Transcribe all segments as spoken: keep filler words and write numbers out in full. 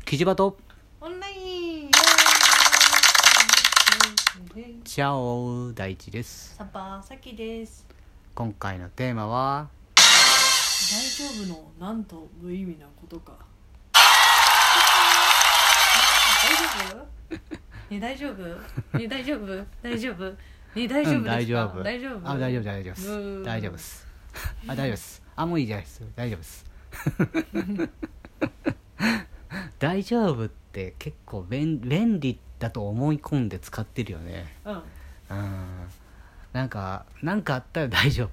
キジバトオンラインチャオ大地です。 サパサキです。 今回のテーマは大丈夫のなんと無意味なことか。大丈夫ね大丈夫ね大丈夫大丈夫ね大丈夫ですか、うん、大丈夫大丈夫あ大丈夫大丈夫です大丈夫ですあ大丈夫ですあもういいじゃないです大丈夫です大丈夫って結構便便利だと思い込んで使ってるよね。 うん、 うんなんかなんかあったら大丈夫って、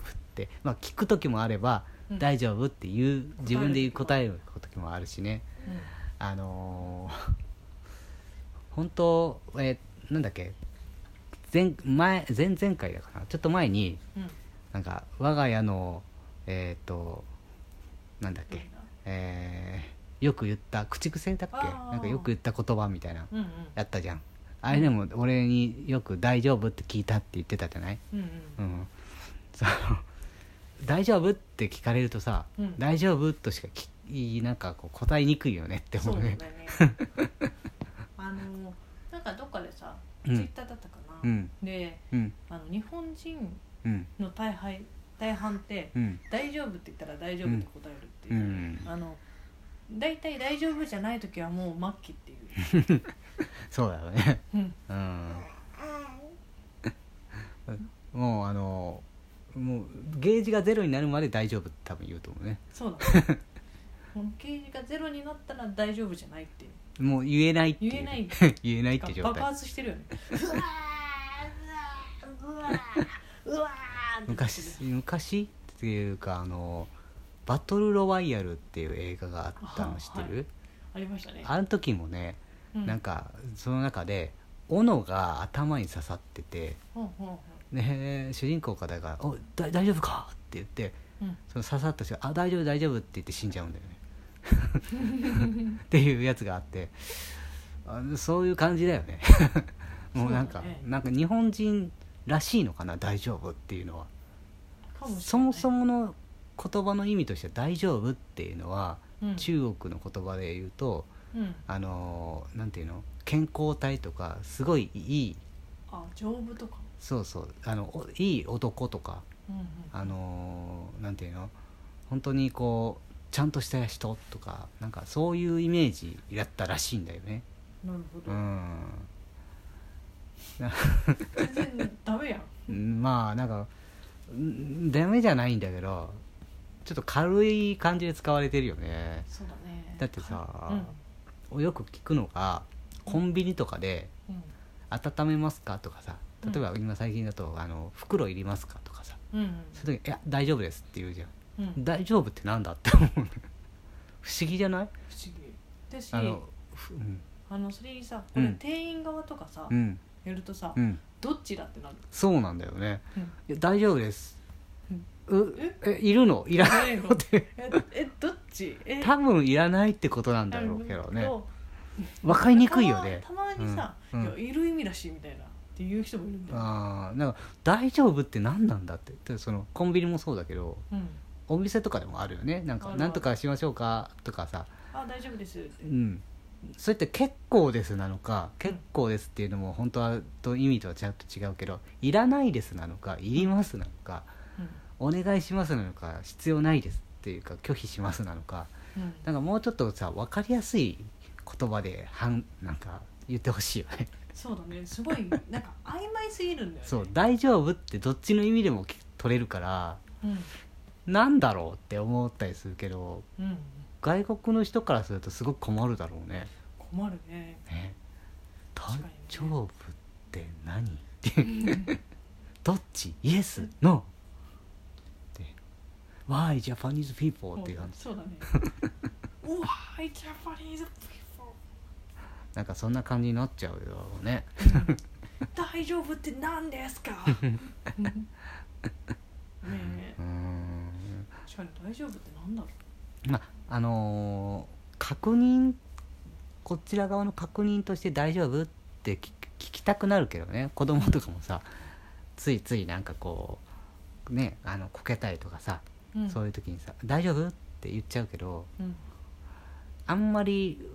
まあ、聞く時もあれば、うん、大丈夫って言う自分で言う答える時もあるしね、うん、あのー、本当えー、なんだっけ前前前々回だかなちょっと前に、うん、なんか我が家のえっ、ー、となんだっけ、えー、よく言った口癖だっけなんかよく言った言葉みたいな、うんうん、やったじゃん。あれでも俺によく大丈夫って聞いたって言ってたじゃない、うんうんうん、その大丈夫って聞かれるとさ、うん、大丈夫としかきなんかこう答えにくいよねって思うね。 そうだねあのなんかどっかでさ、うん、ツイッターだったかな、うん、で、うん、あの日本人の大半、大半って、うん、大丈夫って言ったら大丈夫って答えるっていう、うん、あのだいたい大丈夫じゃない時はもう末期っていうそうだよね、うんうん、もうあのもうゲージがゼロになるまで大丈夫って多分言うと思うね。 そうだねもうゲージがゼロになったら大丈夫じゃないっていうもう言えないっていう言えない言えないって状態爆発してるよねうわーうわーうわー昔昔っていうかあのバトルロワイヤルっていう映画があったの知ってる？ はい、ありましたね。 あの時もね、うん、なんかその中で斧が頭に刺さってて、うんうんうん、で主人公がだからおだ大丈夫かって言って、うん、その刺さった人があ大丈夫大丈夫って言って死んじゃうんだよねっていうやつがあってあそういう感じだよねもうなんか、ね、なんか日本人らしいのかな大丈夫っていうのはかもしれない。 そもそもの言葉の意味としては大丈夫っていうのは、うん、中国の言葉で言うと、うん、あのなんていうの健康体とかすごいいいあ丈夫とかそうそうあのいい男とか、うんうん、あのなんていうの本当にこうちゃんとした人とかなんかそういうイメージだったらしいんだよね。 なるほど、 うん、 全然ダメやんまあなんかダメじゃないんだけどちょっと軽い感じで使われてるよね。 そうだね。 だってさ、うん、よく聞くのがコンビニとかで、うん、温めますかとかさ例えば今最近だとあの袋いりますかとかさ、うんうん、その時いや大丈夫ですって言うじゃん、うん、大丈夫ってなんだって思う不思議じゃない？ 不思議だしあの、 うん、あのそれにさこれ店員側とかさ、うん、やるとさ、うん、どっちだってなる。 そうなんだよね、うん、いや大丈夫ですうえいるのいらないのってええどっちえ多分いらないってことなんだろうけどね。分かりにくいよね。 たまにさ、うん、いやいる意味だしみたいなっていう人もいるんだよ。 あなんか大丈夫って何なんだってそのコンビニもそうだけど、うん、お店とかでもあるよね。なんか何とかしましょうかとかさあ大丈夫ですって、 うん、それって結構ですなのか結構ですっていうのも本当はと意味とはちょっと違うけどいらないですなのかいりますなのか、うんお願いしますなのか必要ないですっていうか拒否しますなのか、うん、なんかもうちょっとさ分かりやすい言葉ではんなんか言ってほしいよね。 そうだねすごいなんか曖昧すぎるんだよね。 そう大丈夫ってどっちの意味でも取れるから、うん、なんだろうって思ったりするけど、うん、外国の人からするとすごく困るだろうね。 困るね。ね大丈夫って何ってどっちイエスノーWhy Japanese people っていう感じ。 そうだねWhy Japanese people なんかそんな感じになっちゃうよね、 うん、大丈夫って何ですかねえうん確かに大丈夫って何だろう。まああのー、確認こちら側の確認として大丈夫って聞きたくなるけどね。子供とかもさついついなんかこうねあのこけたりとかさうん、そういう時にさ大丈夫って言っちゃうけど、うん、あんまり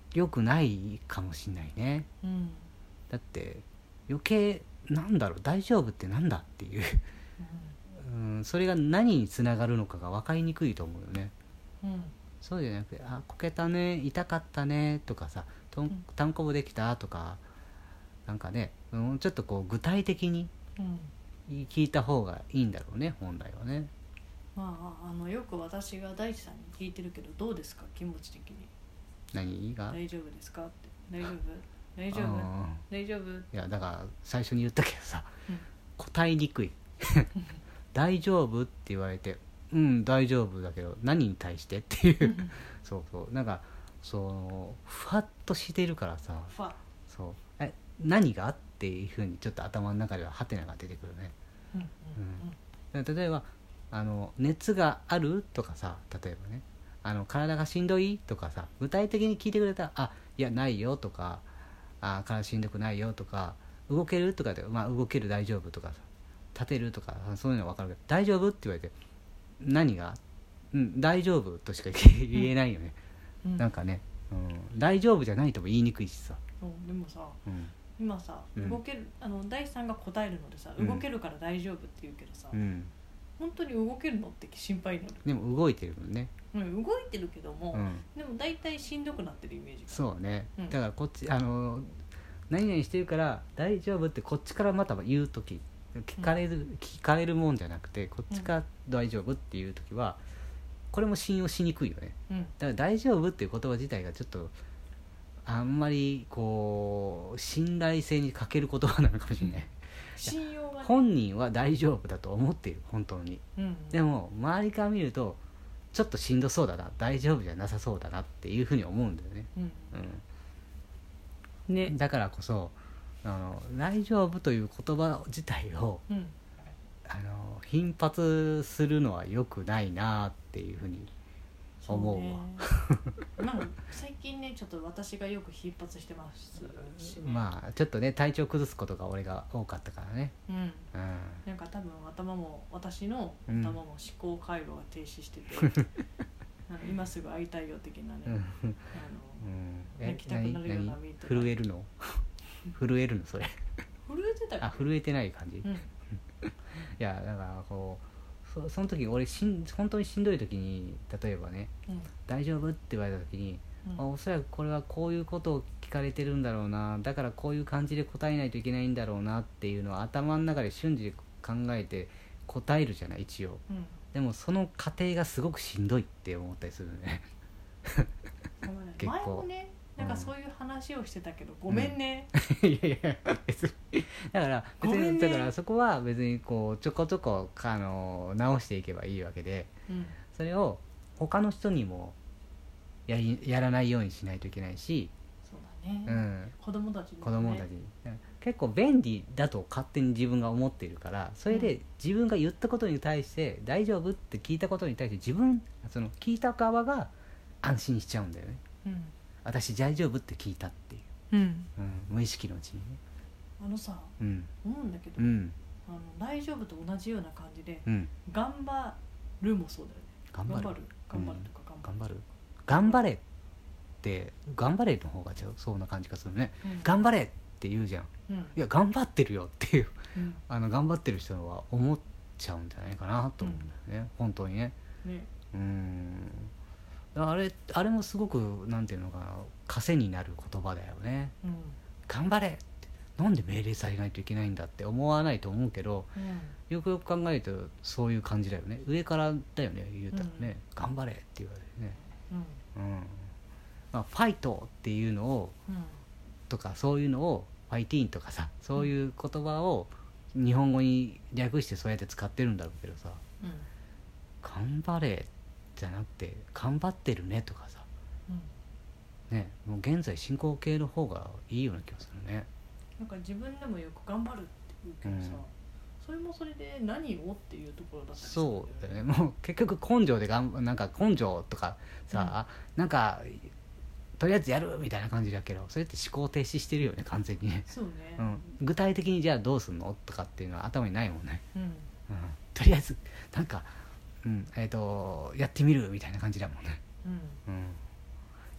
良くないかもしんないね、 うん、 だって余計なんだろう大丈夫ってなんだっていう、うん、それが何につながるのかが分かりにくいと思うよね、 うん、 そうじゃなくてあこけたね痛かったねとかさとんたんこぶできたとかなんかね、うん、ちょっとこう具体的に聞いた方がいいんだろうね本来はね。 まあ、あのよく私が大地さんに聞いてるけどどうですか気持ち的に。 何が大丈夫ですかって大丈夫大丈夫大丈夫。いやだから最初に言ったけどさ、 うん、 答えにくい大丈夫って言われてうん大丈夫だけど何に対してっていうそうそうなんかそうふわっとしてるからさふわそうえ何がっていうふうにちょっと頭の中ではハテナが出てくるね、 うんうんうん、例えばあの熱があるとかさ例えばねあの体がしんどいとかさ具体的に聞いてくれたらあいやないよとかあ体しんどくないよとか動けるとかで、まあ、動ける大丈夫とかさ立てるとかそういうのは分かるけど大丈夫って言われて何が、うん、大丈夫としか言えないよね、うん、なんかね、うん、大丈夫じゃないとも言いにくいしさそうでもさ、 うん、 今さ動ける、うん、あの大地さんが答えるのでさ動けるから大丈夫って言うけどさ、うん、本当に動けるのって心配になる。 でも動いてるもんね、 うん、動いてるけども、うん、でも大体しんどくなってるイメージがそうね、うん、だからこっちあの何々してるから大丈夫ってこっちからまた言うとき聞かれる、うん、聞かれるもんじゃなくてこっちから大丈夫っていうときはこれも信用しにくいよね、うん、だから大丈夫っていう言葉自体がちょっとあんまりこう信頼性に欠ける言葉なのかもしれない信用が、ね、 本人は大丈夫だと思っている本当に、うんうん、でも周りから見るとちょっとしんどそうだな大丈夫じゃなさそうだなっていうふうに思うんだよね、うんうん、ねだからこそあの大丈夫という言葉自体を、うん、あの頻発するのは良くないなっていうふうに思うわ。 う、ね、まあ最近ねちょっと私がよく頻発してますし、ね、 まあちょっとね体調崩すことが俺が多かったからね、 うんうん、なんか多分頭も私の頭も思考回路が停止してて、うん、今すぐ会いたいよ的なね、うん、あの、うん、泣きたくなるようなミート震えるの震えるのそれ震えてたっけ？ あ震えてない感じ、うん、いやだからこうそ, その時俺しん本当にしんどい時に例えばね、うん、大丈夫って言われた時に、うん、おそらくこれはこういうことを聞かれてるんだろうなだからこういう感じで答えないといけないんだろうなっていうのは頭の中で瞬時で考えて答えるじゃない一応、うん、でもその過程がすごくしんどいって思ったりするね結構前もねなんかそういう話をしてたけど、うん、ごめんね、 うん、いやいや別にだから別に、ね、だからそこは別にこうちょこちょこあの直していけばいいわけで、うん、それを他の人にも や, やらないようにしないといけないしそうだね、うん、子供たちに、ね、 子供たちに結構便利だと勝手に自分が思っているからそれで自分が言ったことに対して大丈夫って聞いたことに対して自分その聞いた側が安心しちゃうんだよね、うん私大丈夫って聞いたっていう、うんうん、無意識のうちにねあのさ、うん、思うんだけど、うん、あの大丈夫と同じような感じで、うん、頑張るもそうだよね頑張る頑張るとか頑張る頑張れって頑張れの方がそうな感じがするね、うん、頑張れって言うじゃん、うん、いや頑張ってるよっていう、うん、あの頑張ってる人は思っちゃうんじゃないかなと思うんだよね、うん、本当にね、ねうんあれ、あれもすごくなんていうのかな枷になる言葉だよね、うん、頑張れってなんで命令されないといけないんだって思わないと思うけど、うん、よくよく考えるとそういう感じだよね上からだよね言うたらね、うん、頑張れって言われるね、うんうんまあ、ファイトっていうのを、うん、とかそういうのをファイティーンとかさそういう言葉を日本語に略してそうやって使ってるんだろうけどさ、うん、頑張れってじゃなくて頑張ってるねとかさ、うん、ねもう現在進行形の方がいいような気がするねなんか自分でもよく頑張るって言うけどさ、うん、それもそれで何をっていうところだったりするんだよねそうだねもう結局根性でがんなんか根性とかさ、うん、なんかとりあえずやるみたいな感じだけどそれって思考停止してるよね完全にねそうね、 うん、具体的にじゃあどうすんのとかっていうのは頭にないもんね、うんうん、とりあえずなんかうんえー、とやってみるみたいな感じだもんね、うんうん、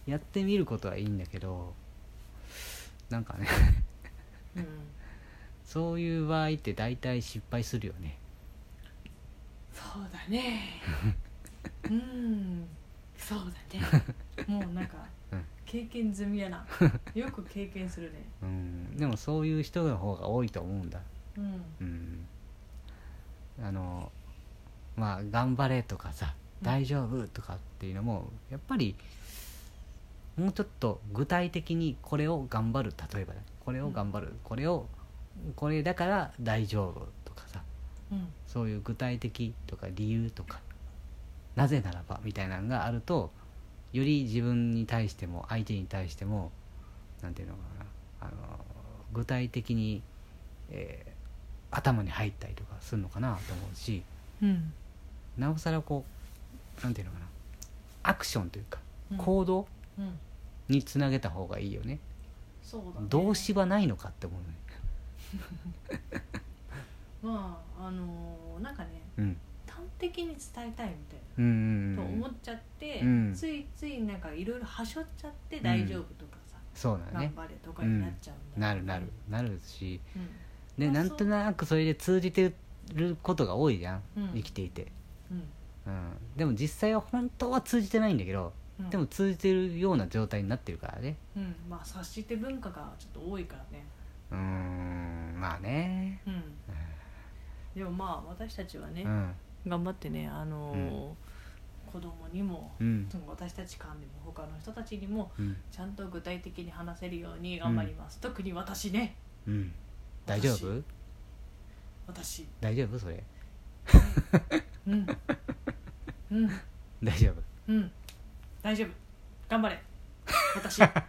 やってみることはいいんだけど、なんかね、うん、そういう場合って大体失敗するよね。 そうだねうんそうだねもうなんか、うん、経験済みやなよく経験するね、 うん、でもそういう人の方が多いと思うんだ、 うんうん、あのまあ頑張れとかさ、大丈夫とかっていうのもやっぱりもうちょっと具体的にこれを頑張る、例えばこれを頑張る、うん、これをこれだから大丈夫とかさ、うん、そういう具体的とか理由とかなぜならばみたいなのがあると、より自分に対しても相手に対してもなんていうのかな、あの具体的に、えー、頭に入ったりとかするのかなと思うし、うん、なおさらこうなんていうのかな、アクションというか、うん、行動、うんにつなげた方がいいよね。 そうだね。 動詞はないのかって思うねまああのー、なんかね、うん、端的に伝えたいみたいな、うんうんうん、と思っちゃって、うん、ついついなんかいろいろはしょっちゃって大丈夫とかさ、 うん、そうだね、 頑張れとかになっちゃうんだ、うん、なるなるなるし、うん、でなんとなくそれで通じてることが多いじゃん、うん、生きていて、うんうん、でも実際は本当は通じてないんだけど、でも通じてるような状態になってるからね、 うん、まあ察して文化がちょっと多いからね、 うーんまあね、うん、 でもまあ私たちはね、うん、頑張ってね、あのーうん、子供にも、うん、私たち間でも他の人たちにも、うん、ちゃんと具体的に話せるように頑張ります、うん、特に私ね、 うん、大丈夫？ 私大丈夫それうんうん大丈夫？ うん大丈夫頑張れ私